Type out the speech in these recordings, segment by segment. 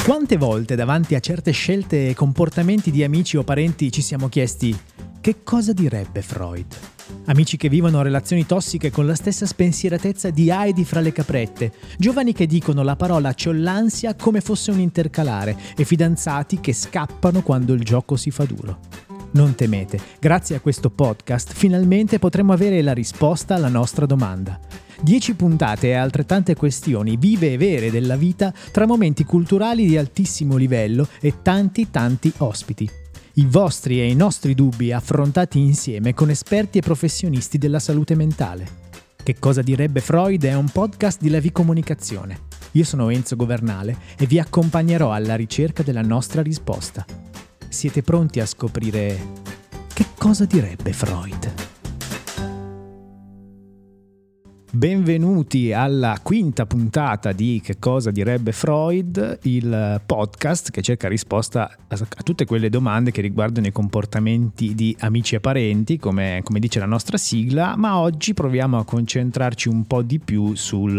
Quante volte davanti a certe scelte e comportamenti di amici o parenti ci siamo chiesti che cosa direbbe Freud? Amici che vivono relazioni tossiche con la stessa spensieratezza di Heidi fra le caprette, giovani che dicono la parola "c'ho l'ansia" come fosse un intercalare e fidanzati che scappano quando il gioco si fa duro. Non temete, grazie a questo podcast finalmente potremo avere la risposta alla nostra domanda. 10 puntate e altrettante questioni vive e vere della vita tra momenti culturali di altissimo livello e tanti ospiti. I vostri e i nostri dubbi affrontati insieme con esperti e professionisti della salute mentale. Che cosa direbbe Freud è un podcast di Levi Comunicazione. Io sono Enzo Governale e vi accompagnerò alla ricerca della nostra risposta. Siete pronti a scoprire che cosa direbbe Freud? Benvenuti alla quinta puntata di Che cosa direbbe Freud, il podcast che cerca risposta a tutte quelle domande che riguardano i comportamenti di amici e parenti, come dice la nostra sigla, ma oggi proviamo a concentrarci un po' di più sui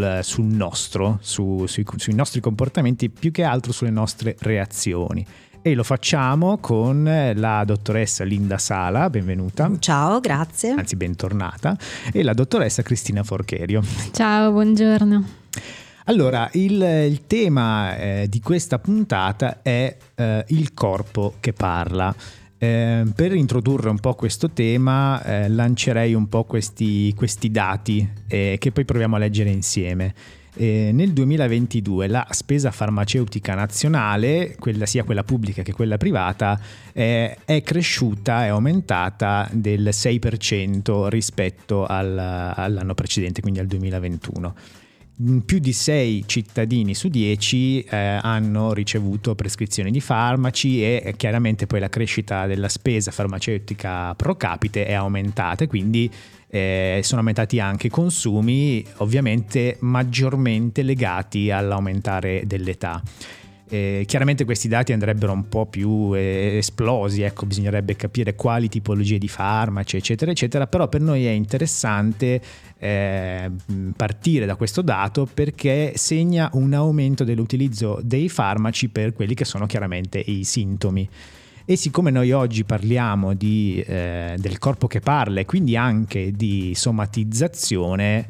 nostri comportamenti, più che altro sulle nostre reazioni. E lo facciamo con la dottoressa Linda Sala, benvenuta. Ciao, grazie. Anzi, bentornata. E la dottoressa Cristina Forcherio. Ciao, buongiorno. Allora, il tema di questa puntata è il corpo che parla. Per introdurre un po' questo tema lancerei un po' questi dati che poi proviamo a leggere insieme. Nel 2022 la spesa farmaceutica nazionale, sia quella pubblica che quella privata, è cresciuta, è aumentata del 6% rispetto all'anno precedente, quindi al 2021. Più di 6 cittadini su 10 hanno ricevuto prescrizioni di farmaci e chiaramente poi la crescita della spesa farmaceutica pro capite è aumentata e quindi sono aumentati anche i consumi, ovviamente maggiormente legati all'aumentare dell'età. Chiaramente questi dati andrebbero un po' più esplosi, bisognerebbe capire quali tipologie di farmaci eccetera, però per noi è interessante partire da questo dato perché segna un aumento dell'utilizzo dei farmaci per quelli che sono chiaramente i sintomi. E siccome noi oggi parliamo del corpo che parla e quindi anche di somatizzazione,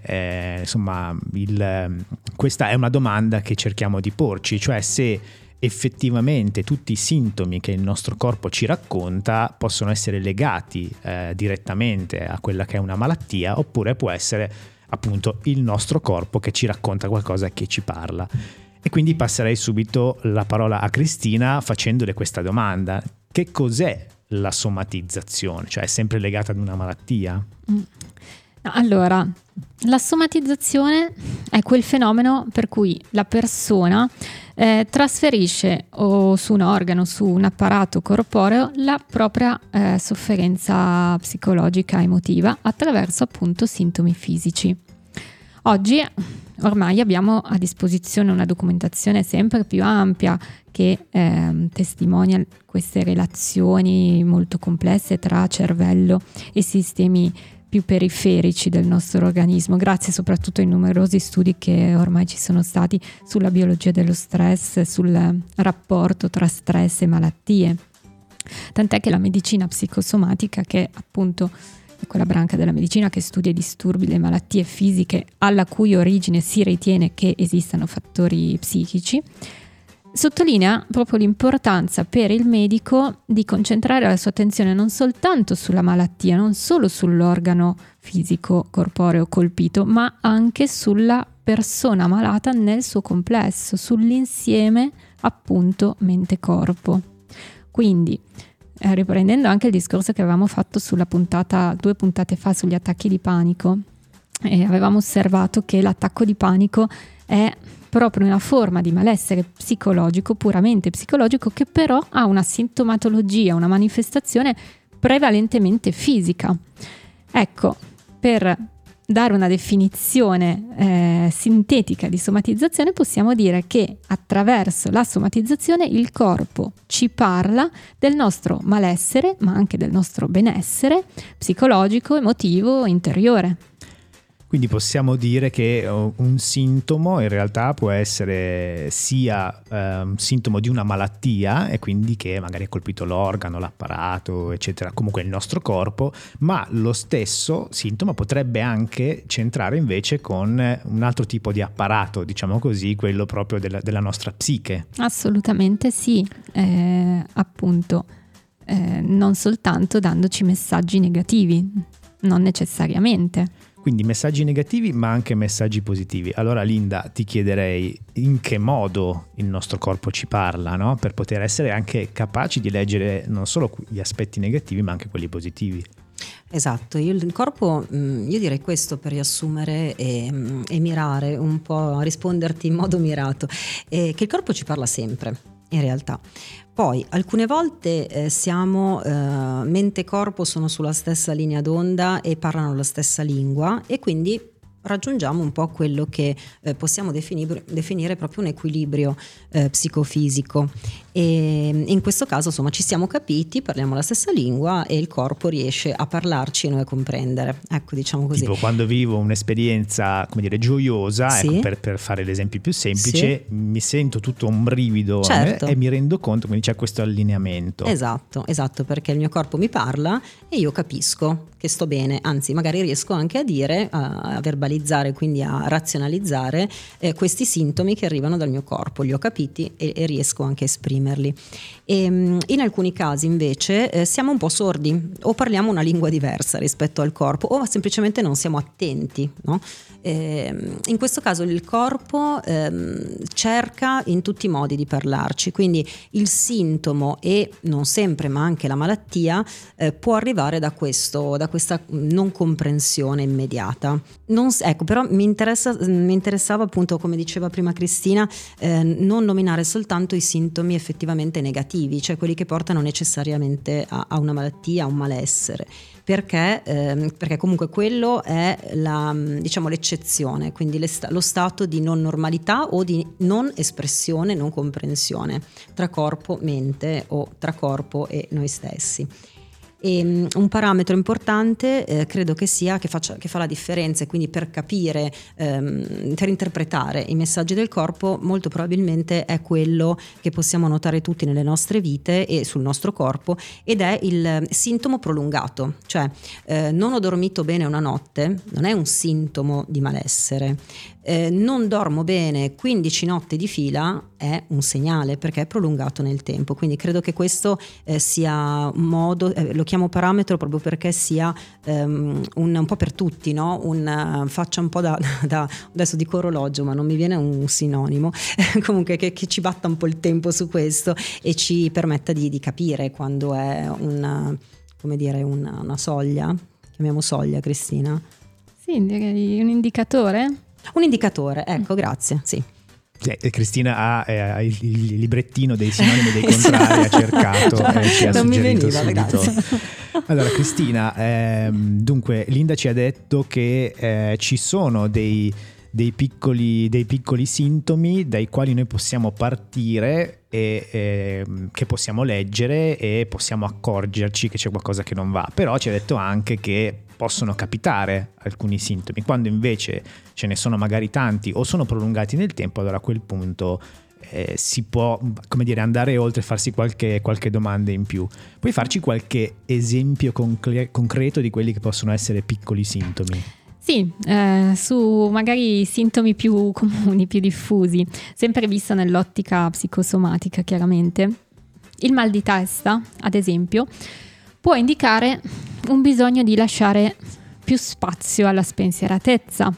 questa è una domanda che cerchiamo di porci, cioè se effettivamente tutti i sintomi che il nostro corpo ci racconta possono essere legati direttamente a quella che è una malattia, oppure può essere appunto il nostro corpo che ci racconta qualcosa e che ci parla. E quindi passerei subito la parola a Cristina facendole questa domanda. Che cos'è la somatizzazione? Cioè è sempre legata ad una malattia? Allora, la somatizzazione è quel fenomeno per cui la persona trasferisce o su un organo, su un apparato corporeo la propria sofferenza psicologica emotiva attraverso appunto sintomi fisici. Oggi ormai abbiamo a disposizione una documentazione sempre più ampia che testimonia queste relazioni molto complesse tra cervello e sistemi più periferici del nostro organismo, grazie soprattutto ai numerosi studi che ormai ci sono stati sulla biologia dello stress, sul rapporto tra stress e malattie. Tant'è che la medicina psicosomatica, che appunto è quella branca della medicina che studia i disturbi, le malattie fisiche alla cui origine si ritiene che esistano fattori psichici, sottolinea proprio l'importanza per il medico di concentrare la sua attenzione non soltanto sulla malattia, non solo sull'organo fisico corporeo colpito, ma anche sulla persona malata nel suo complesso, sull'insieme appunto mente-corpo. Quindi, riprendendo anche il discorso che avevamo fatto sulla puntata 2 puntate fa sugli attacchi di panico, avevamo osservato che l'attacco di panico è proprio una forma di malessere psicologico, puramente psicologico, che però ha una sintomatologia, una manifestazione prevalentemente fisica. Ecco, per dare una definizione sintetica di somatizzazione possiamo dire che attraverso la somatizzazione il corpo ci parla del nostro malessere, ma anche del nostro benessere psicologico, emotivo, interiore. Quindi possiamo dire che un sintomo in realtà può essere sia un sintomo di una malattia, e quindi che magari ha colpito l'organo, l'apparato, eccetera, comunque il nostro corpo, ma lo stesso sintomo potrebbe anche centrare invece con un altro tipo di apparato, diciamo così, quello proprio della nostra psiche. Assolutamente sì, appunto, non soltanto dandoci messaggi negativi, non necessariamente. Quindi messaggi negativi ma anche messaggi positivi. Allora Linda, ti chiederei in che modo il nostro corpo ci parla, no? Per poter essere anche capaci di leggere non solo gli aspetti negativi ma anche quelli positivi. Esatto, il corpo, io direi questo per riassumere e mirare un po' a risponderti in modo mirato, che il corpo ci parla sempre, in realtà. Poi alcune volte siamo mente e corpo sono sulla stessa linea d'onda e parlano la stessa lingua, e quindi raggiungiamo un po' quello che possiamo definire proprio un equilibrio psicofisico, e in questo caso insomma ci siamo capiti, parliamo la stessa lingua e il corpo riesce a parlarci e noi a comprendere, ecco, diciamo così. Tipo quando vivo un'esperienza, come dire, gioiosa, sì. Ecco, per fare l'esempio più semplice, sì, mi sento tutto un brivido, certo, e mi rendo conto, quindi c'è questo allineamento. Esatto, perché il mio corpo mi parla e io capisco che sto bene, anzi magari riesco anche a dire, a verbalizzare, quindi a razionalizzare questi sintomi che arrivano dal mio corpo, li ho capiti e riesco anche a esprimerli. E in alcuni casi invece siamo un po' sordi, o parliamo una lingua diversa rispetto al corpo, o semplicemente non siamo attenti, no? In questo caso il corpo cerca in tutti i modi di parlarci, quindi il sintomo, e non sempre ma anche la malattia, può arrivare da questa non comprensione immediata. Ecco, però mi interessava appunto, come diceva prima Cristina, non nominare soltanto i sintomi effettivamente negativi, cioè quelli che portano necessariamente a una malattia, a un malessere, perché comunque quello è diciamo l'eccezione, quindi lo stato di non normalità o di non espressione, non comprensione tra corpo, mente o tra corpo e noi stessi. E un parametro importante credo che sia che fa la differenza, e quindi per capire, per interpretare i messaggi del corpo, molto probabilmente è quello che possiamo notare tutti nelle nostre vite e sul nostro corpo, ed è il sintomo prolungato, cioè non ho dormito bene una notte non è un sintomo di malessere, non dormo bene 15 notti di fila è un segnale, perché è prolungato nel tempo. Quindi credo che questo sia un modo, lo chiamo parametro proprio perché sia un po' per tutti, no? Faccia un po' da adesso dico orologio ma non mi viene un sinonimo comunque che ci batta un po' il tempo su questo e ci permetta di capire quando è una soglia, chiamiamo soglia, Cristina? Sì, direi un indicatore. Un indicatore, ecco, grazie, sì. Cristina ha il librettino dei sinonimi e dei contrari, ha cercato e ci ha non suggerito mi veniva, subito. Allora Cristina, dunque Linda ci ha detto che ci sono dei piccoli sintomi dai quali noi possiamo partire e che possiamo leggere e possiamo accorgerci che c'è qualcosa che non va, però ci ha detto anche che possono capitare alcuni sintomi, quando invece ce ne sono magari tanti o sono prolungati nel tempo, allora a quel punto si può, come dire, andare oltre e farsi qualche domanda in più. Puoi farci qualche esempio concreto di quelli che possono essere piccoli sintomi? Sì, su magari i sintomi più comuni, più diffusi, sempre visto nell'ottica psicosomatica chiaramente. Il mal di testa, ad esempio, può indicare un bisogno di lasciare più spazio alla spensieratezza.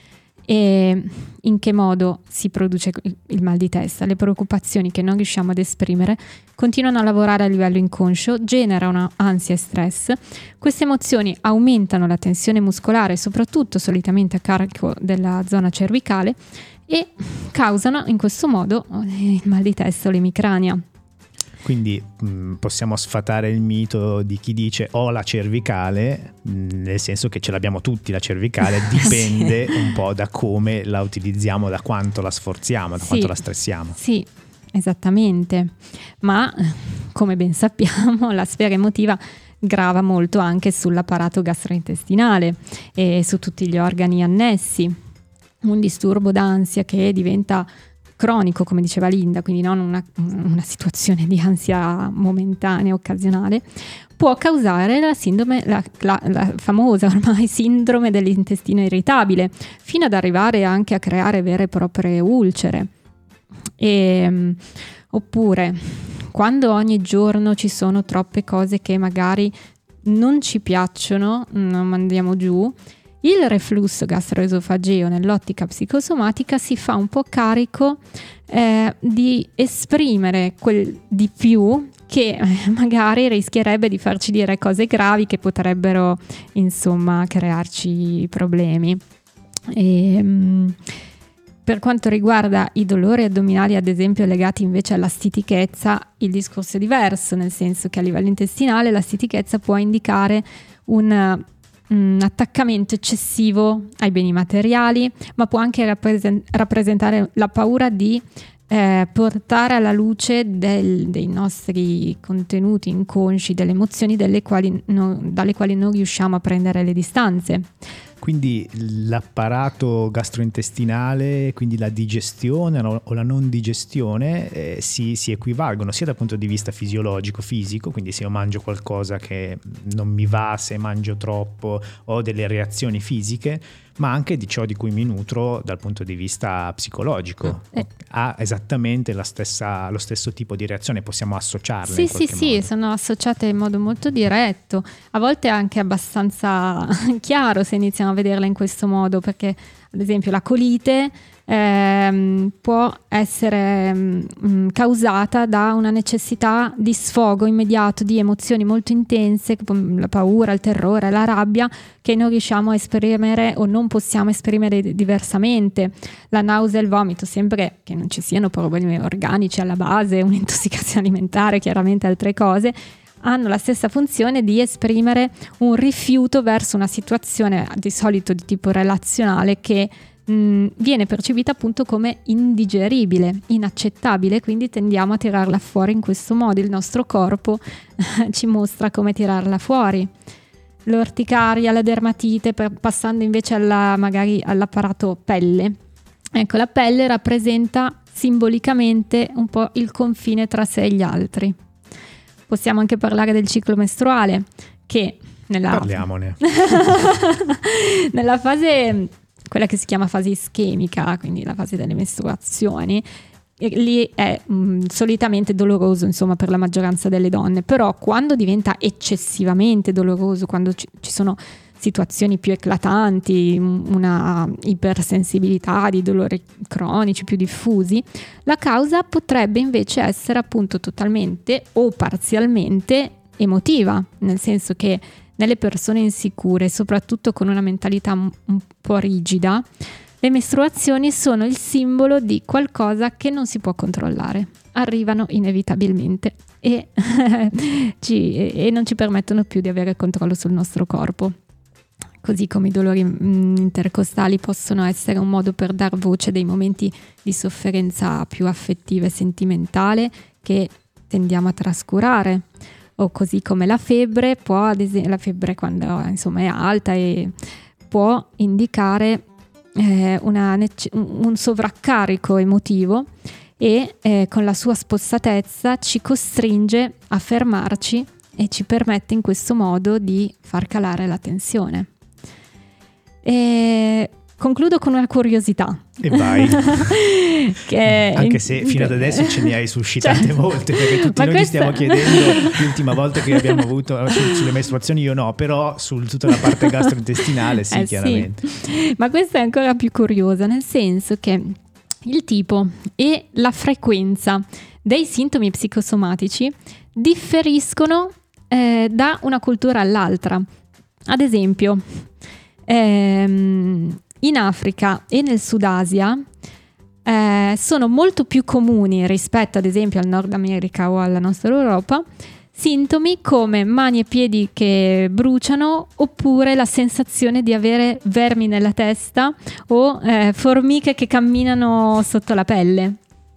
E in che modo si produce il mal di testa? Le preoccupazioni che non riusciamo ad esprimere continuano a lavorare a livello inconscio, generano ansia e stress. Queste emozioni aumentano la tensione muscolare, soprattutto solitamente a carico della zona cervicale, e causano in questo modo il mal di testa o l'emicrania. Quindi possiamo sfatare il mito di chi dice ho la cervicale, nel senso che ce l'abbiamo tutti la cervicale, dipende sì, un po' da come la utilizziamo, da quanto la sforziamo, da quanto la stressiamo. Sì, esattamente, ma come ben sappiamo la sfera emotiva grava molto anche sull'apparato gastrointestinale e su tutti gli organi annessi. Un disturbo d'ansia che diventa cronico, come diceva Linda, quindi non una situazione di ansia momentanea, occasionale, può causare la sindrome, la famosa ormai sindrome dell'intestino irritabile, fino ad arrivare anche a creare vere e proprie ulcere. Oppure quando ogni giorno ci sono troppe cose che magari non ci piacciono, non mandiamo giù, il reflusso gastroesofageo nell'ottica psicosomatica si fa un po' carico di esprimere quel di più che magari rischierebbe di farci dire cose gravi che potrebbero insomma crearci problemi. Per quanto riguarda i dolori addominali, ad esempio, legati invece alla stitichezza, il discorso è diverso, nel senso che a livello intestinale la stitichezza può indicare un attaccamento eccessivo ai beni materiali, ma può anche rappresentare la paura di portare alla luce dei nostri contenuti inconsci, delle emozioni dalle quali non riusciamo a prendere le distanze. Quindi l'apparato gastrointestinale, quindi la digestione o la non digestione si equivalgono sia dal punto di vista fisiologico, fisico, quindi se io mangio qualcosa che non mi va, se mangio troppo, ho delle reazioni fisiche, ma anche di ciò di cui mi nutro dal punto di vista psicologico. Ha esattamente lo stesso tipo di reazione, possiamo associarle. Sì, sono associate in modo molto diretto, a volte anche abbastanza chiaro se iniziamo a vederla in questo modo, perché ad esempio la colite può essere causata da una necessità di sfogo immediato di emozioni molto intense, la paura, il terrore, la rabbia, che non riusciamo a esprimere o non possiamo esprimere diversamente. La nausea e il vomito, sempre che non ci siano problemi organici alla base, un'intossicazione alimentare, chiaramente altre cose, hanno la stessa funzione di esprimere un rifiuto verso una situazione di solito di tipo relazionale che viene percepita appunto come indigeribile, inaccettabile, quindi tendiamo a tirarla fuori in questo modo. Il nostro corpo ci mostra come tirarla fuori. L'orticaria, la dermatite, passando invece magari all'apparato pelle. Ecco, la pelle rappresenta simbolicamente un po' il confine tra sé e gli altri. Possiamo anche parlare del ciclo mestruale, che parliamone. nella fase, quella che si chiama fase ischemica, quindi la fase delle mestruazioni, lì è solitamente doloroso, insomma, per la maggioranza delle donne, però quando diventa eccessivamente doloroso, quando ci sono situazioni più eclatanti, una ipersensibilità di dolori cronici più diffusi, la causa potrebbe invece essere appunto totalmente o parzialmente emotiva, nel senso che nelle persone insicure, soprattutto con una mentalità un po' rigida, le mestruazioni sono il simbolo di qualcosa che non si può controllare. Arrivano inevitabilmente e non ci permettono più di avere controllo sul nostro corpo. Così come i dolori intercostali possono essere un modo per dar voce dei momenti di sofferenza più affettiva e sentimentale che tendiamo a trascurare. O così come la febbre può, ad esempio, la febbre quando insomma è alta e può indicare un sovraccarico emotivo e con la sua spossatezza ci costringe a fermarci e ci permette in questo modo di far calare la tensione. E concludo con una curiosità. E vai. Anche se fino ad adesso ce ne hai suscitate molte, perché tutti noi ci stiamo chiedendo l'ultima volta che abbiamo avuto sulle mestruazioni, io no, però su tutta la parte gastrointestinale sì, chiaramente. Sì. Ma questa è ancora più curiosa, nel senso che il tipo e la frequenza dei sintomi psicosomatici differiscono da una cultura all'altra. Ad esempio, in Africa e nel Sud Asia sono molto più comuni rispetto ad esempio al Nord America o alla nostra Europa sintomi come mani e piedi che bruciano, oppure la sensazione di avere vermi nella testa o formiche che camminano sotto la pelle.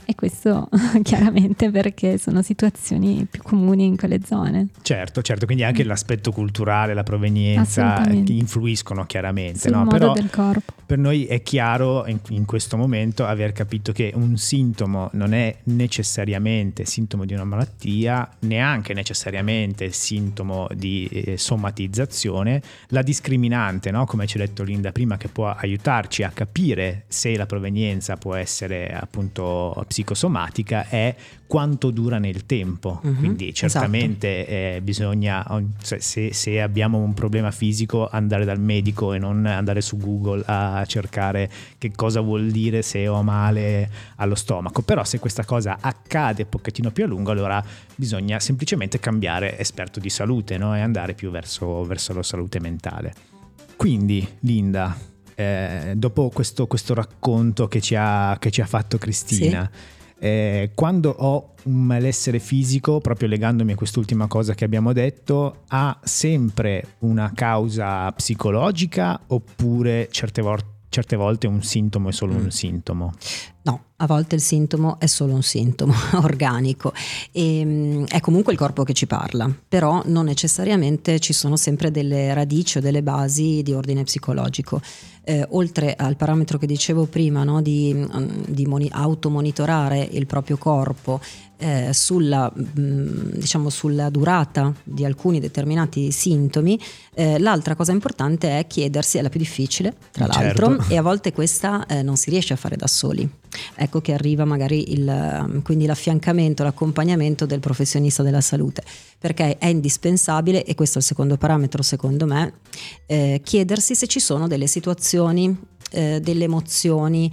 E questo chiaramente perché sono situazioni più comuni in quelle zone. Certo, quindi anche l'aspetto culturale, la provenienza influiscono chiaramente. Sul modo Però del corpo. Per noi è chiaro in questo momento aver capito che un sintomo non è necessariamente sintomo di una malattia, neanche necessariamente sintomo di somatizzazione. La discriminante, no? Come ci ha detto Linda prima, che può aiutarci a capire se la provenienza può essere appunto psicosomatica, è quanto dura nel tempo. Quindi certamente bisogna, se abbiamo un problema fisico, andare dal medico e non andare su Google a cercare che cosa vuol dire se ho male allo stomaco. Però se questa cosa accade un pochettino più a lungo, allora bisogna semplicemente cambiare esperto di salute, no? E andare più verso la salute mentale. Quindi Linda, dopo questo racconto che ci ha fatto Cristina, quando ho un malessere fisico, proprio legandomi a quest'ultima cosa che abbiamo detto, ha sempre una causa psicologica oppure certe volte un sintomo è solo un sintomo? No, a volte il sintomo è solo un sintomo organico e è comunque il corpo che ci parla, però non necessariamente ci sono sempre delle radici o delle basi di ordine psicologico. Oltre al parametro che dicevo prima, no, di automonitorare il proprio corpo sulla durata di alcuni determinati sintomi, l'altra cosa importante è chiedersi, è la più difficile tra l'altro, e a volte questa non si riesce a fare da soli. Ecco che arriva magari quindi l'affiancamento, l'accompagnamento del professionista della salute, perché è indispensabile, e questo è il secondo parametro secondo me, chiedersi se ci sono delle situazioni, delle emozioni,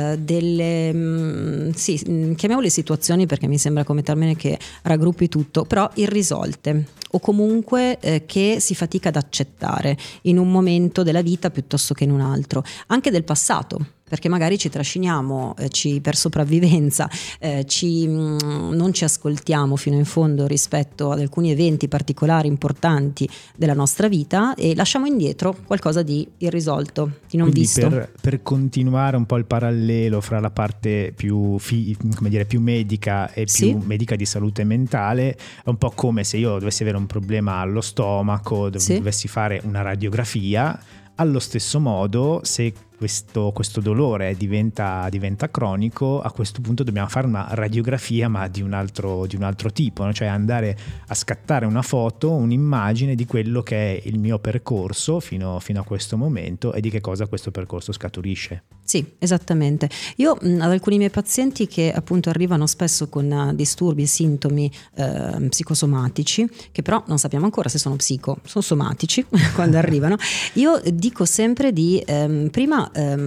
chiamiamole situazioni perché mi sembra come termine che raggruppi tutto, però irrisolte o comunque che si fatica ad accettare in un momento della vita piuttosto che in un altro, anche del passato, perché magari ci trasciniamo per sopravvivenza, non ci ascoltiamo fino in fondo rispetto ad alcuni eventi particolari importanti della nostra vita e lasciamo indietro qualcosa di irrisolto, di non Quindi visto. Per continuare un po' il parallelo fra la parte più medica e più medica di salute mentale, è un po' come se io dovessi avere un problema allo stomaco, dovessi fare una radiografia. Allo stesso modo, se questo dolore diventa cronico, a questo punto dobbiamo fare una radiografia, ma di un altro tipo, no? Cioè andare a scattare una foto, un'immagine di quello che è il mio percorso fino a questo momento e di che cosa questo percorso scaturisce. Sì, esattamente. Io ad alcuni miei pazienti che appunto arrivano spesso con disturbi e sintomi psicosomatici, che però non sappiamo ancora se sono somatici quando arrivano, io dico sempre di prima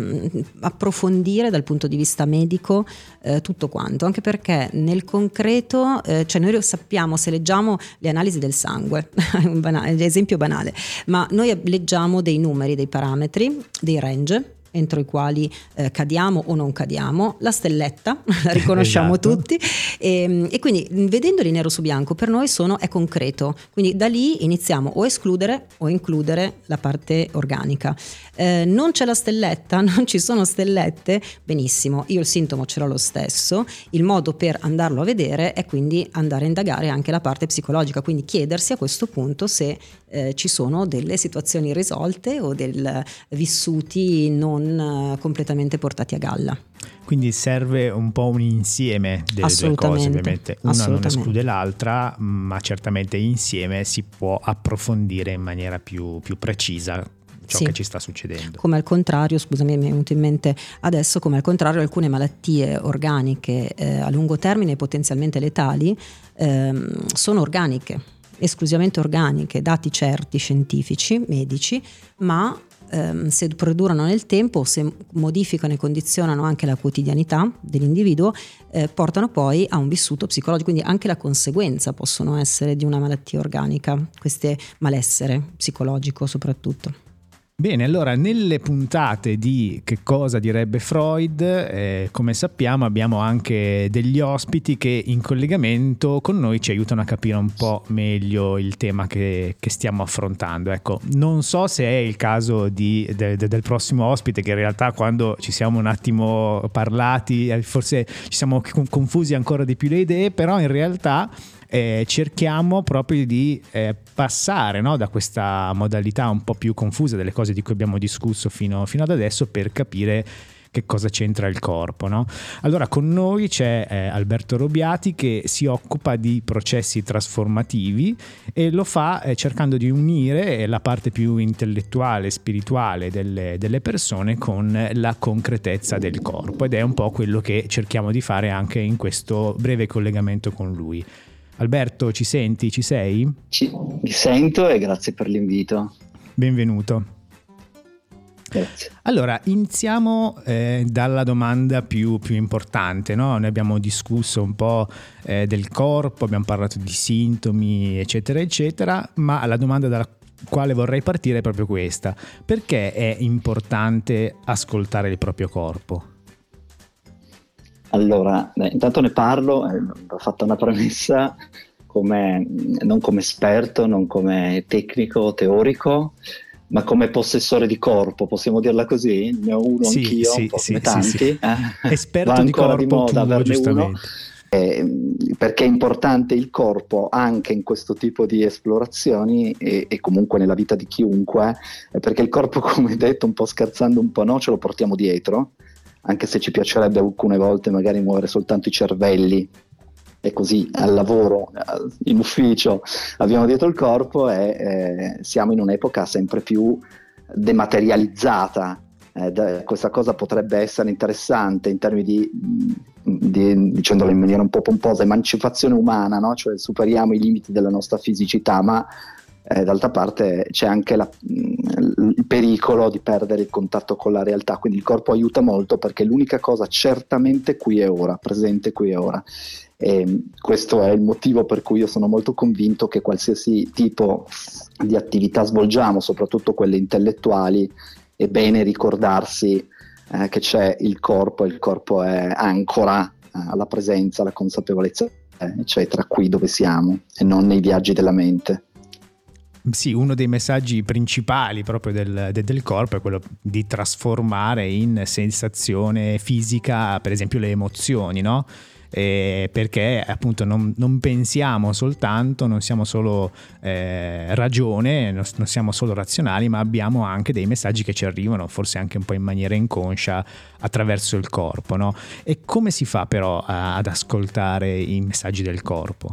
approfondire dal punto di vista medico tutto quanto, anche perché nel concreto cioè noi lo sappiamo se leggiamo le analisi del sangue, esempio banale, ma noi leggiamo dei numeri, dei parametri, dei range entro i quali cadiamo o non cadiamo, la stelletta la riconosciamo tutti e quindi vedendoli nero su bianco per noi è concreto, quindi da lì iniziamo o a escludere o includere la parte organica. Non c'è la stelletta, non ci sono stellette, benissimo, io il sintomo ce l'ho lo stesso, il modo per andarlo a vedere è quindi andare a indagare anche la parte psicologica, quindi chiedersi a questo punto se ci sono delle situazioni irrisolte o vissuti non completamente portati a galla. Quindi serve un po' un insieme delle due cose, ovviamente una non esclude l'altra, ma certamente insieme si può approfondire in maniera più precisa ciò che ci sta succedendo. Come al contrario, scusami, mi è venuto in mente adesso, come al contrario alcune malattie organiche a lungo termine potenzialmente letali sono organiche, esclusivamente organiche, dati certi scientifici, medici, ma se perdurano nel tempo, se modificano e condizionano anche la quotidianità dell'individuo, portano poi a un vissuto psicologico, quindi anche la conseguenza possono essere di una malattia organica, queste malessere psicologico soprattutto. Bene, allora nelle puntate di Che cosa direbbe Freud, come sappiamo abbiamo anche degli ospiti che in collegamento con noi ci aiutano a capire un po' meglio il tema che stiamo affrontando. Ecco, non so se è il caso del prossimo ospite, che in realtà quando ci siamo un attimo parlati forse ci siamo confusi ancora di più le idee, però in realtà cerchiamo proprio di passare, no, da questa modalità un po' più confusa delle cose di cui abbiamo discusso fino ad adesso, per capire che cosa c'entra il corpo, no? Allora con noi c'è Alberto Robbiati, che si occupa di processi trasformativi e lo fa cercando di unire la parte più intellettuale, spirituale delle persone con la concretezza del corpo, ed è un po' quello che cerchiamo di fare anche in questo breve collegamento con lui. Alberto, ci senti? Ci sei? Mi sento e grazie per l'invito. Benvenuto. Grazie. Allora, iniziamo dalla domanda più importante, no? Noi abbiamo discusso un po' del corpo, abbiamo parlato di sintomi, eccetera, eccetera, ma la domanda dalla quale vorrei partire è proprio questa. Perché è importante ascoltare il proprio corpo? Allora, intanto ne parlo, ho fatto una premessa non come esperto, non come tecnico teorico, ma come possessore di corpo, possiamo dirla così? Ne ho uno anch'io, un po' come tanti. Sì. Esperto va ancora di corpo, di moda averne giustamente. Perché è importante il corpo anche in questo tipo di esplorazioni e comunque nella vita di chiunque, perché il corpo, come detto, un po' scherzando, un po' no, ce lo portiamo dietro, anche se ci piacerebbe alcune volte magari muovere soltanto i cervelli, e così al lavoro, in ufficio abbiamo dietro il corpo, e siamo in un'epoca sempre più dematerializzata. Questa cosa potrebbe essere interessante in termini dicendolo in maniera un po' pomposa, emancipazione umana, no? Cioè superiamo i limiti della nostra fisicità, ma d'altra parte c'è anche il pericolo di perdere il contatto con la realtà, quindi il corpo aiuta molto perché è l'unica cosa certamente qui e ora, presente qui e ora. E questo è il motivo per cui io sono molto convinto che qualsiasi tipo di attività svolgiamo, soprattutto quelle intellettuali, è bene ricordarsi che c'è il corpo, e il corpo è ancora alla presenza, alla consapevolezza, eccetera, qui dove siamo e non nei viaggi della mente. Sì, uno dei messaggi principali proprio del corpo è quello di trasformare in sensazione fisica, per esempio, le emozioni, no? Perché appunto non pensiamo soltanto, non siamo solo ragione, non siamo solo razionali, ma abbiamo anche dei messaggi che ci arrivano, forse anche un po' in maniera inconscia, attraverso il corpo, no? E come si fa però ad ascoltare i messaggi del corpo?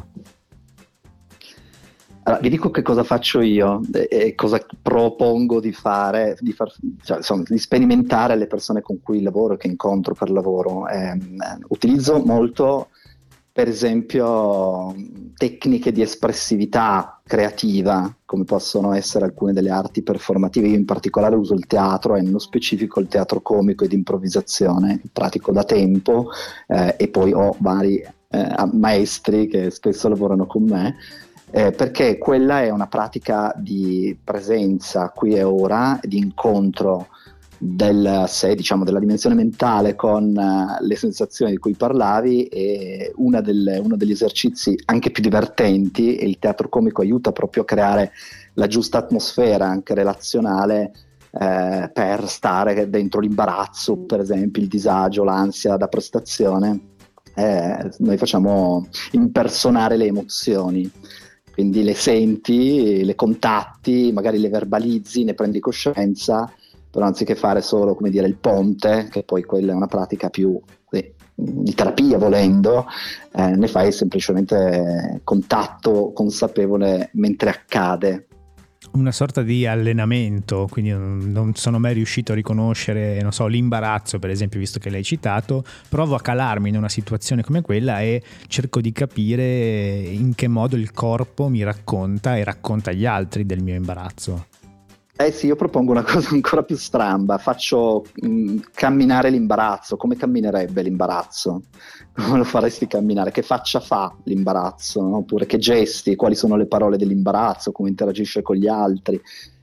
Allora, vi dico che cosa faccio io e cosa propongo di fare, cioè, insomma, di sperimentare alle persone con cui lavoro, che incontro per lavoro. Utilizzo molto, per esempio, tecniche di espressività creativa, come possono essere alcune delle arti performative. Io in particolare uso il teatro, e nello specifico il teatro comico ed improvvisazione, pratico da tempo, e poi ho vari maestri che spesso lavorano con me. Perché quella è una pratica di presenza qui e ora, di incontro del sé, diciamo, della dimensione mentale con le sensazioni di cui parlavi, e uno degli esercizi anche più divertenti, e il teatro comico aiuta proprio a creare la giusta atmosfera anche relazionale per stare dentro l'imbarazzo, per esempio il disagio, l'ansia da prestazione. Noi facciamo impersonare le emozioni. Quindi le senti, le contatti, magari le verbalizzi, ne prendi coscienza, però anziché fare solo, come dire, il ponte, che poi quella è una pratica più di terapia volendo, ne fai semplicemente contatto consapevole mentre accade. Una sorta di allenamento, quindi non sono mai riuscito a riconoscere, non so, l'imbarazzo, per esempio, visto che l'hai citato. Provo a calarmi in una situazione come quella e cerco di capire in che modo il corpo mi racconta e racconta agli altri del mio imbarazzo. Sì, io propongo una cosa ancora più stramba, faccio camminare l'imbarazzo. Come camminerebbe l'imbarazzo? Come lo faresti camminare? Che faccia fa l'imbarazzo? No? Oppure che gesti? Quali sono le parole dell'imbarazzo? Come interagisce con gli altri?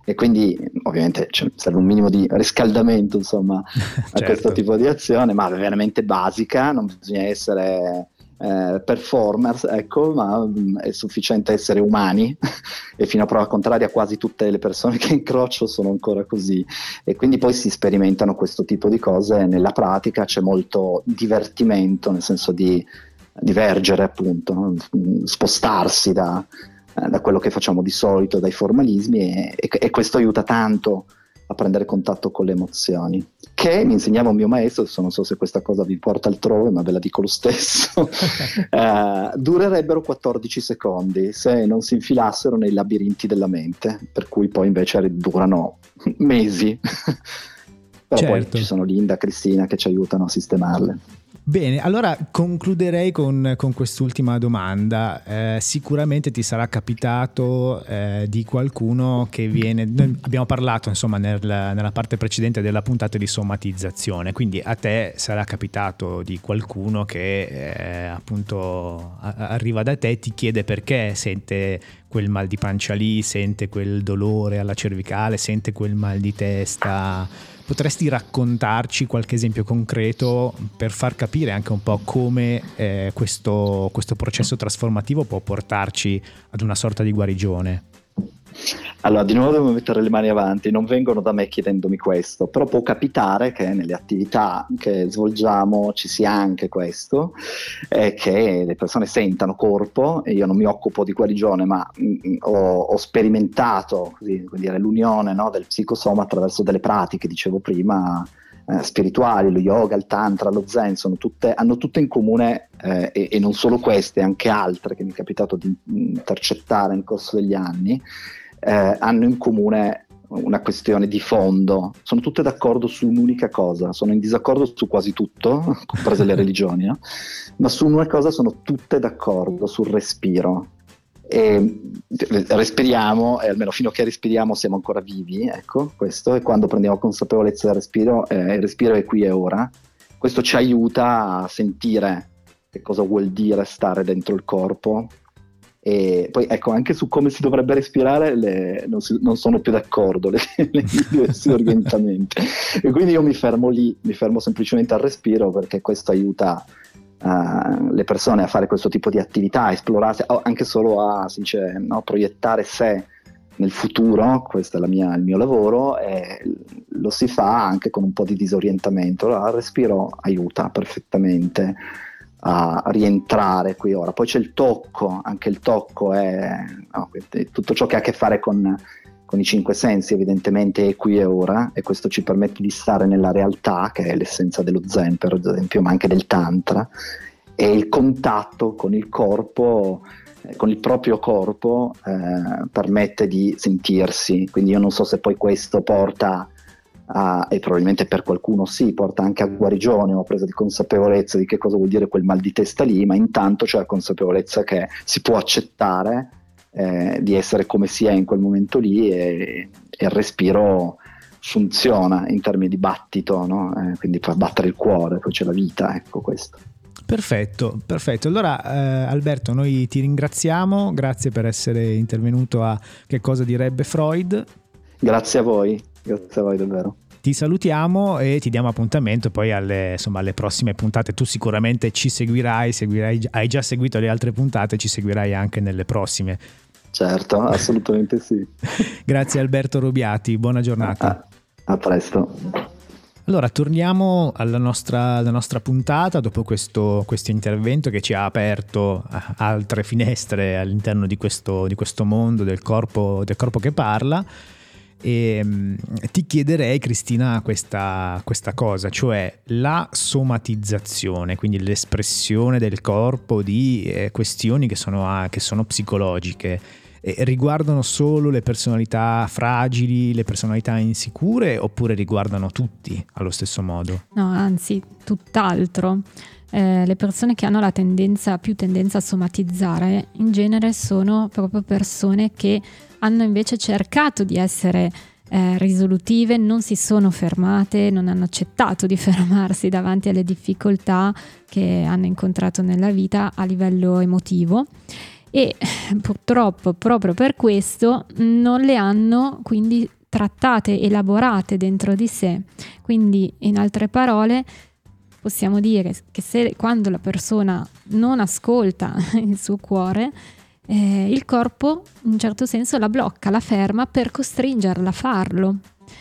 E quindi ovviamente serve un minimo di riscaldamento, insomma, a Certo. questo tipo di azione, ma è veramente basica, non bisogna essere performers, ecco, ma è sufficiente essere umani e fino a prova contraria quasi tutte le persone che incrocio sono ancora così, e quindi poi si sperimentano questo tipo di cose nella pratica, c'è molto divertimento, nel senso di divergere, appunto, no? Spostarsi da quello che facciamo di solito, dai formalismi, e questo aiuta tanto a prendere contatto con le emozioni, che mi insegnava un mio maestro. Adesso non so se questa cosa vi porta altrove, ma ve la dico lo stesso. Durerebbero 14 secondi se non si infilassero nei labirinti della mente, per cui poi invece durano mesi. Però Certo. poi ci sono Linda, Cristina che ci aiutano a sistemarle. Bene, allora concluderei con quest'ultima domanda. Sicuramente ti sarà capitato di qualcuno che viene, noi abbiamo parlato insomma nella parte precedente della puntata di somatizzazione, quindi a te sarà capitato di qualcuno che appunto arriva da te e ti chiede perché sente quel mal di pancia lì, sente quel dolore alla cervicale, sente quel mal di testa. Potresti raccontarci qualche esempio concreto per far capire anche un po' come questo processo trasformativo può portarci ad una sorta di guarigione? Allora, di nuovo devo mettere le mani avanti, non vengono da me chiedendomi questo, però può capitare che nelle attività che svolgiamo ci sia anche questo, che le persone sentano corpo, e io non mi occupo di guarigione, ma ho sperimentato, così, come dire, l'unione, no, del psicosoma attraverso delle pratiche, dicevo prima, spirituali, lo yoga, il tantra, lo zen, hanno tutte in comune, e non solo queste, anche altre che mi è capitato di intercettare nel corso degli anni, hanno in comune una questione di fondo. Sono tutte d'accordo su un'unica cosa, sono in disaccordo su quasi tutto, comprese le religioni, ma su una cosa sono tutte d'accordo, sul respiro. E respiriamo, e almeno fino a che respiriamo siamo ancora vivi, ecco, questo, e quando prendiamo consapevolezza del respiro, il respiro è qui e ora. Questo ci aiuta a sentire che cosa vuol dire stare dentro il corpo. E poi ecco, anche su come si dovrebbe respirare non sono più d'accordo le diversi orientamenti, e quindi io mi fermo lì, mi fermo semplicemente al respiro, perché questo aiuta le persone a fare questo tipo di attività, a esplorarsi, anche solo a, si dice, no, proiettare sé nel futuro. Questo è il mio lavoro, e lo si fa anche con un po' di disorientamento. Allora, il respiro aiuta perfettamente a rientrare qui ora. Poi c'è il tocco, anche il tocco è tutto ciò che ha a che fare con i cinque sensi, evidentemente è qui e ora, e questo ci permette di stare nella realtà, che è l'essenza dello zen, per esempio, ma anche del tantra. E il contatto con il corpo, con il proprio corpo, permette di sentirsi. Quindi io non so se poi questo porta e probabilmente per qualcuno sì, porta anche a guarigione o a presa di consapevolezza di che cosa vuol dire quel mal di testa lì, ma intanto c'è la consapevolezza che si può accettare di essere come si è in quel momento lì, e il respiro funziona in termini di battito, no? Quindi fa battere il cuore, poi c'è la vita, ecco questo. Perfetto. Allora Alberto, noi ti ringraziamo, grazie per essere intervenuto a Che cosa direbbe Freud. Grazie a voi davvero. Ti salutiamo e ti diamo appuntamento poi alle prossime puntate. Tu sicuramente ci seguirai, hai già seguito le altre puntate, ci seguirai anche nelle prossime. Certo, assolutamente sì. Grazie Alberto Robiati, buona giornata. A presto. Allora, torniamo alla nostra puntata dopo questo intervento che ci ha aperto altre finestre all'interno di questo mondo del corpo che parla. E ti chiederei, Cristina, questa cosa, cioè la somatizzazione, quindi l'espressione del corpo di questioni che sono psicologiche. Riguardano solo le personalità fragili, le personalità insicure, oppure riguardano tutti allo stesso modo? No, anzi, tutt'altro. Le persone che hanno più tendenza a somatizzare in genere sono proprio persone che hanno invece cercato di essere risolutive, non si sono fermate, non hanno accettato di fermarsi davanti alle difficoltà che hanno incontrato nella vita a livello emotivo, e purtroppo proprio per questo non le hanno quindi trattate, elaborate dentro di sé. Quindi, in altre parole, possiamo dire che quando la persona non ascolta il suo cuore, il corpo in un certo senso la blocca, la ferma per costringerla a farlo.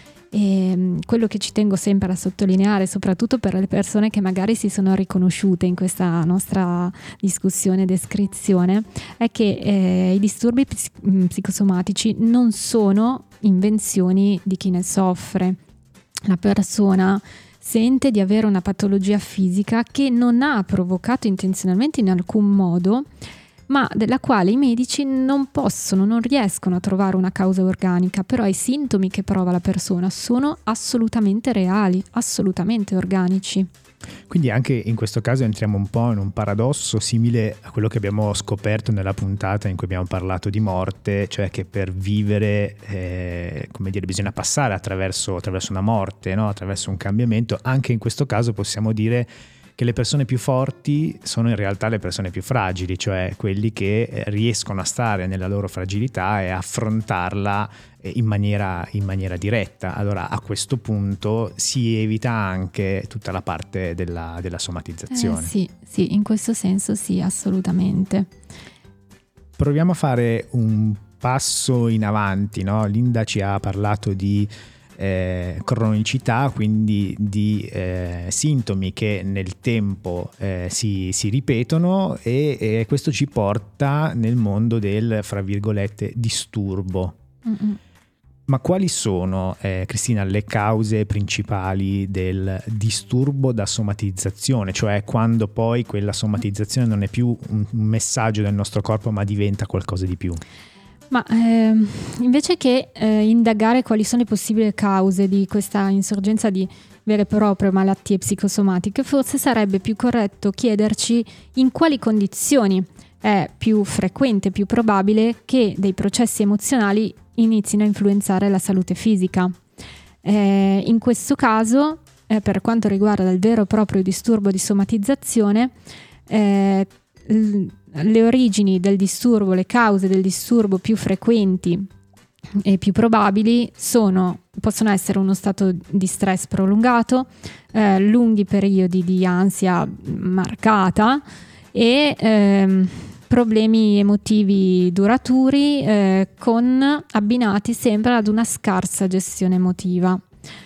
E quello che ci tengo sempre a sottolineare, soprattutto per le persone che magari si sono riconosciute in questa nostra discussione e descrizione, è che i disturbi psicosomatici non sono invenzioni di chi ne soffre. La persona sente di avere una patologia fisica che non ha provocato intenzionalmente in alcun modo, ma della quale i medici non riescono a trovare una causa organica, però i sintomi che prova la persona sono assolutamente reali, assolutamente organici. Quindi anche in questo caso entriamo un po' in un paradosso simile a quello che abbiamo scoperto nella puntata in cui abbiamo parlato di morte, cioè che per vivere bisogna passare attraverso una morte, no? Attraverso un cambiamento. Anche in questo caso possiamo dire che le persone più forti sono in realtà le persone più fragili, cioè quelli che riescono a stare nella loro fragilità e affrontarla in maniera diretta. Allora a questo punto si evita anche tutta la parte della somatizzazione. Sì, in questo senso sì, assolutamente. Proviamo a fare un passo in avanti, no? Linda ci ha parlato di cronicità, quindi di sintomi che nel tempo si ripetono e questo ci porta nel mondo del, fra virgolette, disturbo. Mm-mm. Ma quali sono, Cristina, le cause principali del disturbo da somatizzazione? Cioè quando poi quella somatizzazione non è più un messaggio del nostro corpo ma diventa qualcosa di più? Ma invece che indagare quali sono le possibili cause di questa insorgenza di vere e proprie malattie psicosomatiche, forse sarebbe più corretto chiederci in quali condizioni è più frequente, più probabile che dei processi emozionali inizino a influenzare la salute fisica. In questo caso, per quanto riguarda il vero e proprio disturbo di somatizzazione, le origini del disturbo, le cause del disturbo più frequenti e più probabili possono essere uno stato di stress prolungato, lunghi periodi di ansia marcata e problemi emotivi duraturi abbinati sempre ad una scarsa gestione emotiva.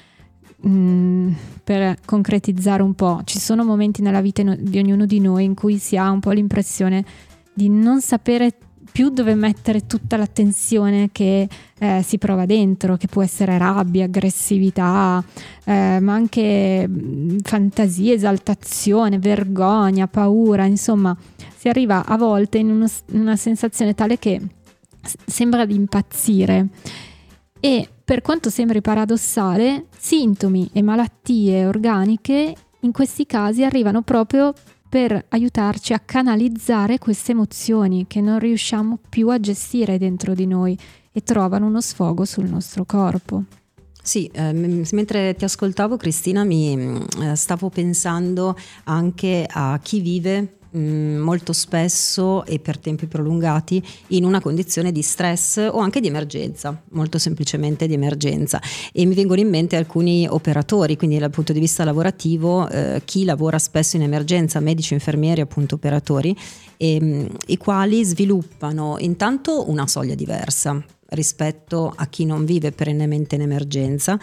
Per concretizzare un po', ci sono momenti nella vita di ognuno di noi in cui si ha un po' l'impressione di non sapere più dove mettere tutta l'attenzione che si prova dentro, che può essere rabbia, aggressività, ma anche fantasia, esaltazione, vergogna, paura, insomma si arriva a volte in una sensazione tale che sembra di impazzire. E per quanto sembri paradossale, sintomi e malattie organiche in questi casi arrivano proprio per aiutarci a canalizzare queste emozioni che non riusciamo più a gestire dentro di noi e trovano uno sfogo sul nostro corpo. Sì, mentre ti ascoltavo, Cristina, mi stavo pensando anche a chi vive molto spesso e per tempi prolungati in una condizione di stress o anche di emergenza, molto semplicemente di emergenza, e mi vengono in mente alcuni operatori, quindi dal punto di vista lavorativo, chi lavora spesso in emergenza, medici, infermieri, appunto operatori, i quali sviluppano intanto una soglia diversa rispetto a chi non vive perennemente in emergenza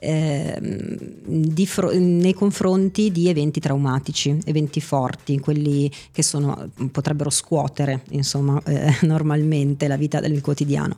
nei confronti di eventi traumatici, eventi forti, quelli che potrebbero scuotere insomma normalmente la vita del quotidiano.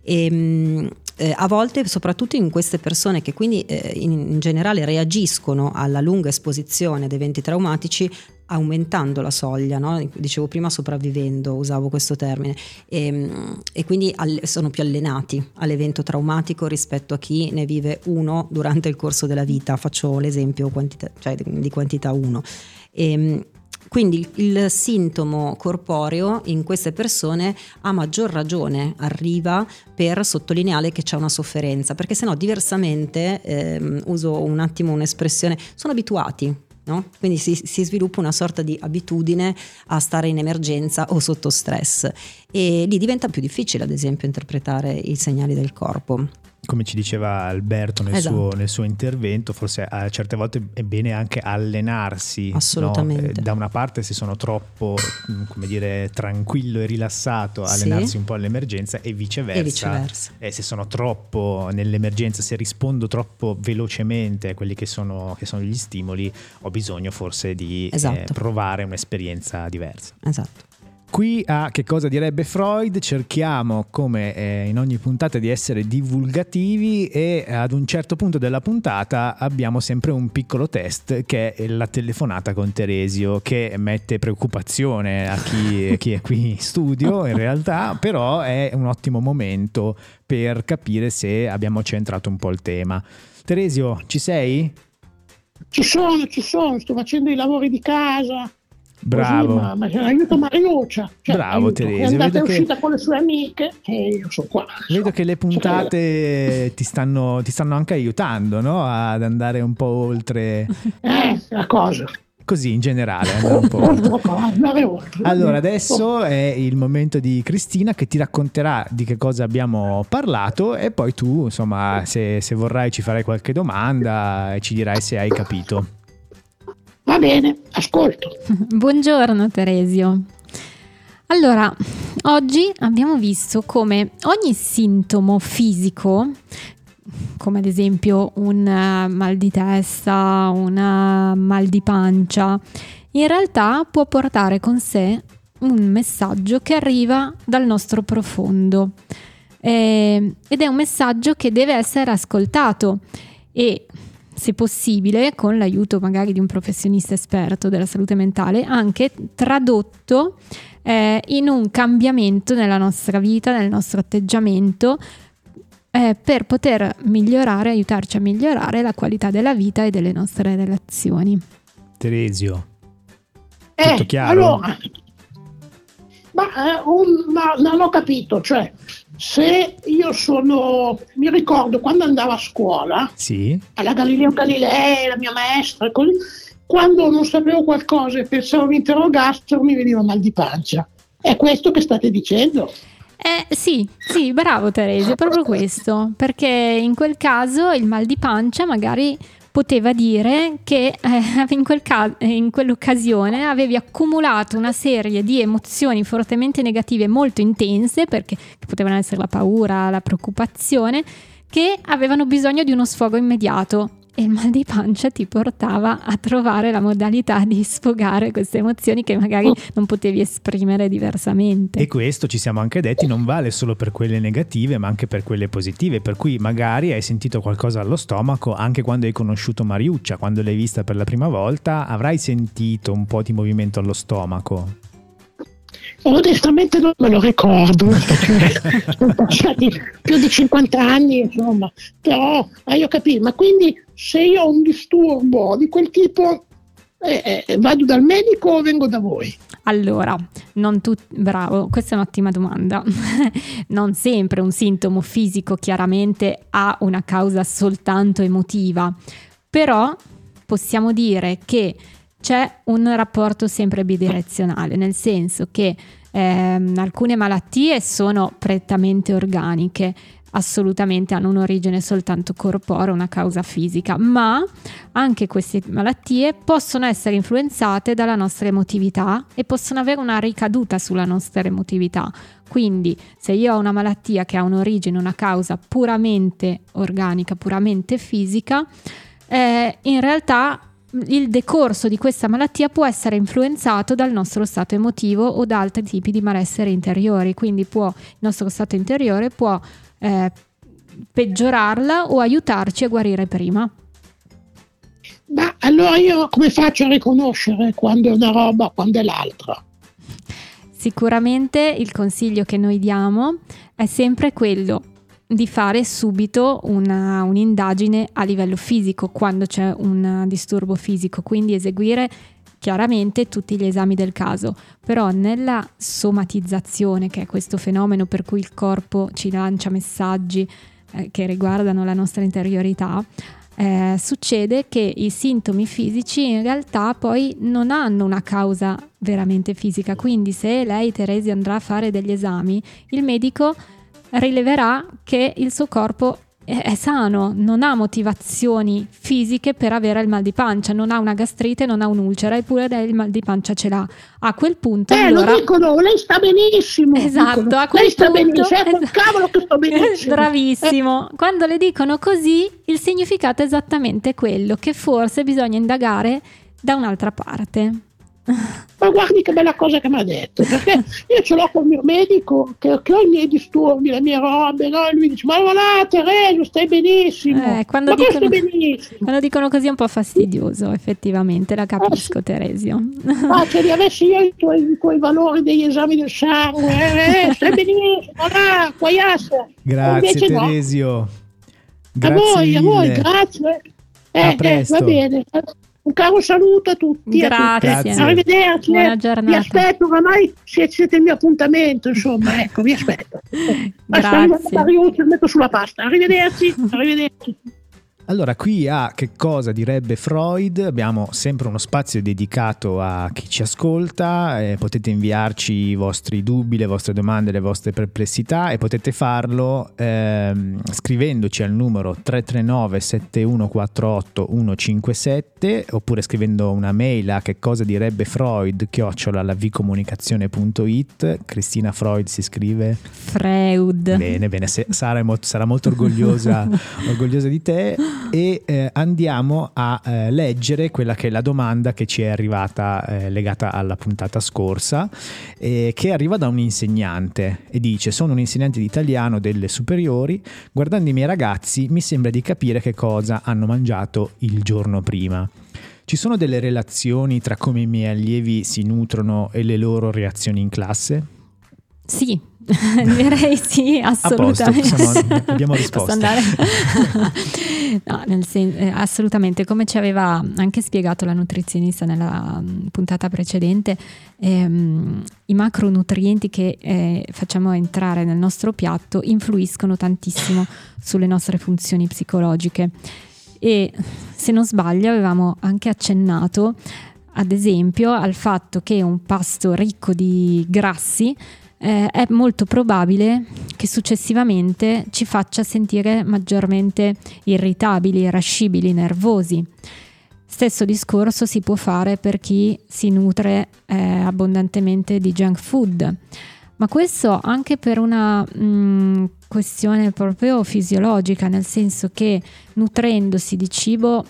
A volte, soprattutto in queste persone che quindi in generale reagiscono alla lunga esposizione ad eventi traumatici aumentando la soglia, no? Dicevo prima sopravvivendo, usavo questo termine, e quindi sono più allenati all'evento traumatico rispetto a chi ne vive uno durante il corso della vita. Faccio l'esempio di quantità 1. Quindi il sintomo corporeo in queste persone a maggior ragione arriva per sottolineare che c'è una sofferenza, perché sennò diversamente, uso un attimo un'espressione, sono abituati no? Quindi si sviluppa una sorta di abitudine a stare in emergenza o sotto stress, e lì diventa più difficile ad esempio interpretare i segnali del corpo. Come ci diceva Alberto nel suo intervento, forse a certe volte è bene anche allenarsi. Assolutamente. No? Da una parte, se sono troppo, come dire, tranquillo e rilassato, allenarsi un po' all'emergenza, e viceversa. E se sono troppo nell'emergenza, se rispondo troppo velocemente a quelli che sono gli stimoli, ho bisogno forse di provare un'esperienza diversa. Esatto. Qui a Che cosa direbbe Freud cerchiamo, come in ogni puntata, di essere divulgativi, e ad un certo punto della puntata abbiamo sempre un piccolo test, che è la telefonata con Teresio, che mette preoccupazione a chi è qui in studio in realtà, però è un ottimo momento per capire se abbiamo centrato un po' il tema. Teresio, ci sei? Ci sono, sto facendo i lavori di casa. Bravo. Così, ma aiuto Mariuccia. Bravo Teresio. È andata uscita con le sue amiche e io sono qua. Vedo che le puntate ti stanno anche aiutando, no? Ad andare un po' oltre. La cosa. Così in generale, andare un po' oltre. Allora, adesso è il momento di Cristina, che ti racconterà di che cosa abbiamo parlato, e poi tu, insomma, se vorrai ci farai qualche domanda e ci dirai se hai capito. Va bene, ascolto. Buongiorno Teresio. Allora, oggi abbiamo visto come ogni sintomo fisico, come ad esempio un mal di testa, un mal di pancia, in realtà può portare con sé un messaggio che arriva dal nostro profondo, ed è un messaggio che deve essere ascoltato e, se possibile, con l'aiuto magari di un professionista esperto della salute mentale, anche tradotto in un cambiamento nella nostra vita, nel nostro atteggiamento, per poter aiutarci a migliorare la qualità della vita e delle nostre relazioni. Teresio, tutto chiaro? Allora, non ho capito, cioè, se io mi ricordo quando andavo a scuola, alla Galileo Galilei, la mia maestra, così, quando non sapevo qualcosa e pensavo mi interrogassero, mi veniva mal di pancia. È questo che state dicendo? Sì, bravo Teresio, è proprio questo, perché in quel caso il mal di pancia magari poteva dire che in quell'occasione avevi accumulato una serie di emozioni fortemente negative, molto intense, perché potevano essere la paura, la preoccupazione, che avevano bisogno di uno sfogo immediato, e il mal di pancia ti portava a trovare la modalità di sfogare queste emozioni che magari non potevi esprimere diversamente. E questo, ci siamo anche detti, non vale solo per quelle negative ma anche per quelle positive, per cui magari hai sentito qualcosa allo stomaco anche quando hai conosciuto Mariuccia, quando l'hai vista per la prima volta avrai sentito un po' di movimento allo stomaco. Onestamente non me lo ricordo, perché sono passati più di 50 anni, insomma, però io capisco, ma quindi se io ho un disturbo di quel tipo, vado dal medico o vengo da voi? Allora, bravo, questa è un'ottima domanda. Non sempre un sintomo fisico chiaramente ha una causa soltanto emotiva, però possiamo dire che c'è un rapporto sempre bidirezionale, nel senso che alcune malattie sono prettamente organiche, assolutamente hanno un'origine soltanto corporea, una causa fisica, ma anche queste malattie possono essere influenzate dalla nostra emotività e possono avere una ricaduta sulla nostra emotività. Quindi se io ho una malattia che ha un'origine, una causa puramente organica, puramente fisica, in realtà il decorso di questa malattia può essere influenzato dal nostro stato emotivo o da altri tipi di malessere interiori, quindi il nostro stato interiore può peggiorarla o aiutarci a guarire prima. Ma allora io come faccio a riconoscere quando è una roba, quando è l'altra? Sicuramente il consiglio che noi diamo è sempre quello di fare subito un'indagine a livello fisico quando c'è un disturbo fisico, quindi eseguire chiaramente tutti gli esami del caso, però nella somatizzazione, che è questo fenomeno per cui il corpo ci lancia messaggi che riguardano la nostra interiorità, succede che i sintomi fisici in realtà poi non hanno una causa veramente fisica, quindi se lei, Teresia, andrà a fare degli esami, il medico rileverà che il suo corpo è sano, non ha motivazioni fisiche per avere il mal di pancia, non ha una gastrite, non ha un'ulcera, eppure lei il mal di pancia ce l'ha. A quel punto allora... lo dicono, lei sta benissimo. Esatto, dicono, a quel lei sta punto, benissimo, cavolo che sto benissimo. Bravissimo. Quando le dicono così, il significato è esattamente quello, che forse bisogna indagare da un'altra parte. Ma guardi che bella cosa che mi ha detto, perché io ce l'ho col mio medico che ho i miei disturbi, le mie robe, no? E lui dice: ma voilà Teresio, stai benissimo. Quando dicono così è un po' fastidioso, effettivamente, la capisco, Teresio. Ma se li avessi io i tuoi valori degli esami del sangue, stai benissimo, voilà, quaiasse. Grazie Teresio, no. Grazie a voi, grazie. A presto. Va bene. Un caro saluto a tutti. Grazie. Arrivederci. Buona giornata. Vi aspetto, ormai siete il mio appuntamento, insomma, ecco, vi aspetto. Grazie. Io ci metto sulla pasta. Arrivederci. Allora, qui a Che cosa direbbe Freud abbiamo sempre uno spazio dedicato a chi ci ascolta, potete inviarci i vostri dubbi, le vostre domande, le vostre perplessità, e potete farlo scrivendoci al numero 339 7148 157 oppure scrivendo una mail a che cosa direbbe Freud @lavcomunicazione.it. Cristina Freud si scrive Freud. Bene, sarà molto orgogliosa di te. E andiamo a leggere quella che è la domanda che ci è arrivata legata alla puntata scorsa, che arriva da un insegnante e dice: sono un insegnante di italiano delle superiori, guardando i miei ragazzi mi sembra di capire che cosa hanno mangiato il giorno prima. Ci sono delle relazioni tra come i miei allievi si nutrono e le loro reazioni in classe? Sì, direi sì, assolutamente. A posto, abbiamo risposto. Posso andare? No, assolutamente, come ci aveva anche spiegato la nutrizionista nella puntata precedente, i macronutrienti che facciamo entrare nel nostro piatto influiscono tantissimo sulle nostre funzioni psicologiche, e se non sbaglio avevamo anche accennato ad esempio al fatto che un pasto ricco di grassi è molto probabile che successivamente ci faccia sentire maggiormente irritabili, irascibili, nervosi. Stesso discorso si può fare per chi si nutre abbondantemente di junk food, ma questo anche per una questione proprio fisiologica, nel senso che nutrendosi di cibo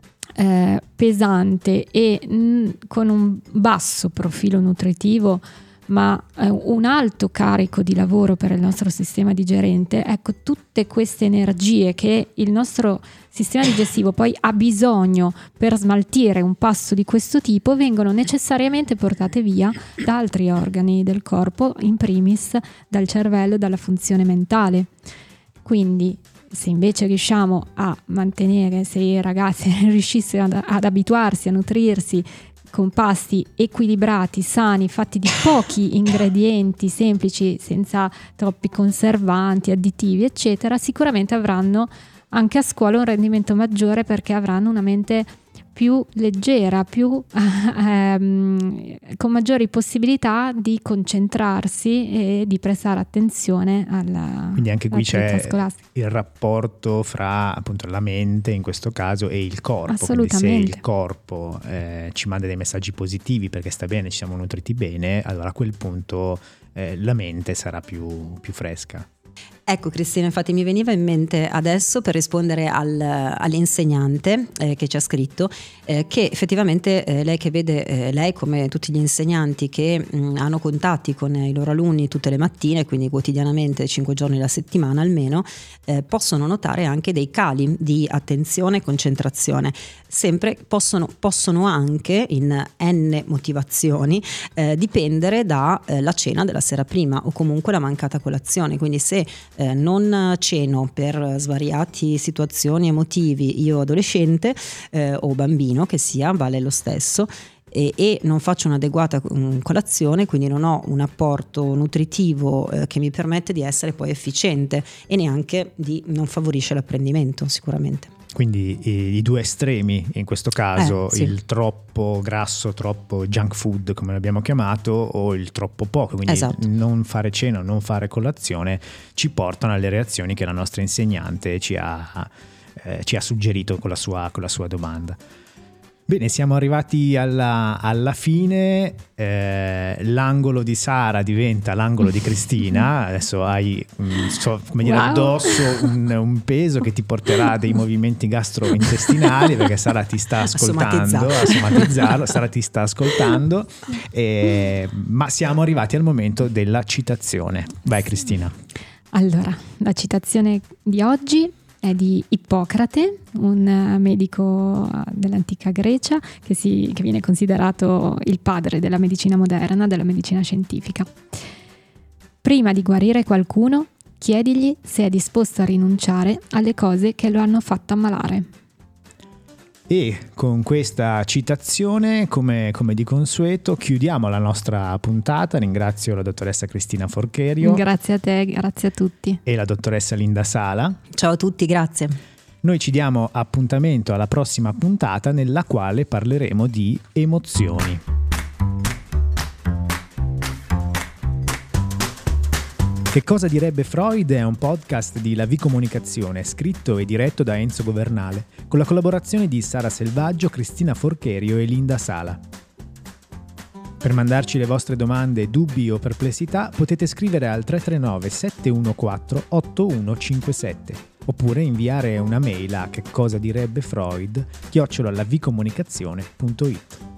pesante e con un basso profilo nutritivo ma un alto carico di lavoro per il nostro sistema digerente, ecco, tutte queste energie che il nostro sistema digestivo poi ha bisogno per smaltire un pasto di questo tipo vengono necessariamente portate via da altri organi del corpo, in primis dal cervello, dalla funzione mentale. Quindi se invece riusciamo a mantenere, se i ragazzi riuscissero ad abituarsi a nutrirsi con pasti equilibrati, sani, fatti di pochi ingredienti semplici, senza troppi conservanti, additivi, eccetera, sicuramente avranno anche a scuola un rendimento maggiore, perché avranno una mente più leggera, più con maggiori possibilità di concentrarsi e di prestare attenzione alla quindi anche qui c'è scolastica. Il rapporto fra appunto la mente in questo caso e il corpo. Assolutamente. Quindi se il corpo ci manda dei messaggi positivi perché sta bene, ci siamo nutriti bene, allora a quel punto la mente sarà più fresca. Ecco Cristina, infatti mi veniva in mente adesso per rispondere all'insegnante che ci ha scritto che effettivamente lei che vede, lei come tutti gli insegnanti che hanno contatti con i loro alunni tutte le mattine, quindi quotidianamente 5 giorni alla settimana almeno, possono notare anche dei cali di attenzione e concentrazione. Sempre possono anche in n motivazioni dipendere dalla cena della sera prima o comunque la mancata colazione. Quindi se non ceno per svariate situazioni e motivi, io adolescente o bambino che sia, vale lo stesso, e non faccio un'adeguata colazione, quindi non ho un apporto nutritivo che mi permette di essere poi efficiente e neanche non favorisce l'apprendimento sicuramente. Quindi i due estremi in questo caso, sì. Il troppo grasso, troppo junk food come l'abbiamo chiamato, o il troppo poco, quindi esatto. Non fare cena, non fare colazione, ci portano alle reazioni che la nostra insegnante ci ha suggerito con la sua domanda. Bene, siamo arrivati alla fine, l'angolo di Sara diventa l'angolo di Cristina, adesso hai addosso un peso che ti porterà a dei movimenti gastrointestinali, perché Sara ti sta ascoltando, a somatizzarlo, Sara ti sta ascoltando, ma siamo arrivati al momento della citazione. Vai Cristina. Allora, la citazione di oggi è di Ippocrate, un medico dell'antica Grecia che viene considerato il padre della medicina moderna, della medicina scientifica. Prima di guarire qualcuno, chiedigli se è disposto a rinunciare alle cose che lo hanno fatto ammalare. E con questa citazione, come di consueto, chiudiamo la nostra puntata. Ringrazio la dottoressa Cristina Forcherio. Grazie a te, grazie a tutti. E la dottoressa Linda Sala. Ciao a tutti, grazie. Noi ci diamo appuntamento alla prossima puntata, nella quale parleremo di emozioni. Che cosa direbbe Freud è un podcast di La V Comunicazione, scritto e diretto da Enzo Governale, con la collaborazione di Sara Selvaggio, Cristina Forcherio e Linda Sala. Per mandarci le vostre domande, dubbi o perplessità potete scrivere al 339 714 8157 oppure inviare una mail a checosadirebbefreud@lavcomunicazione.it.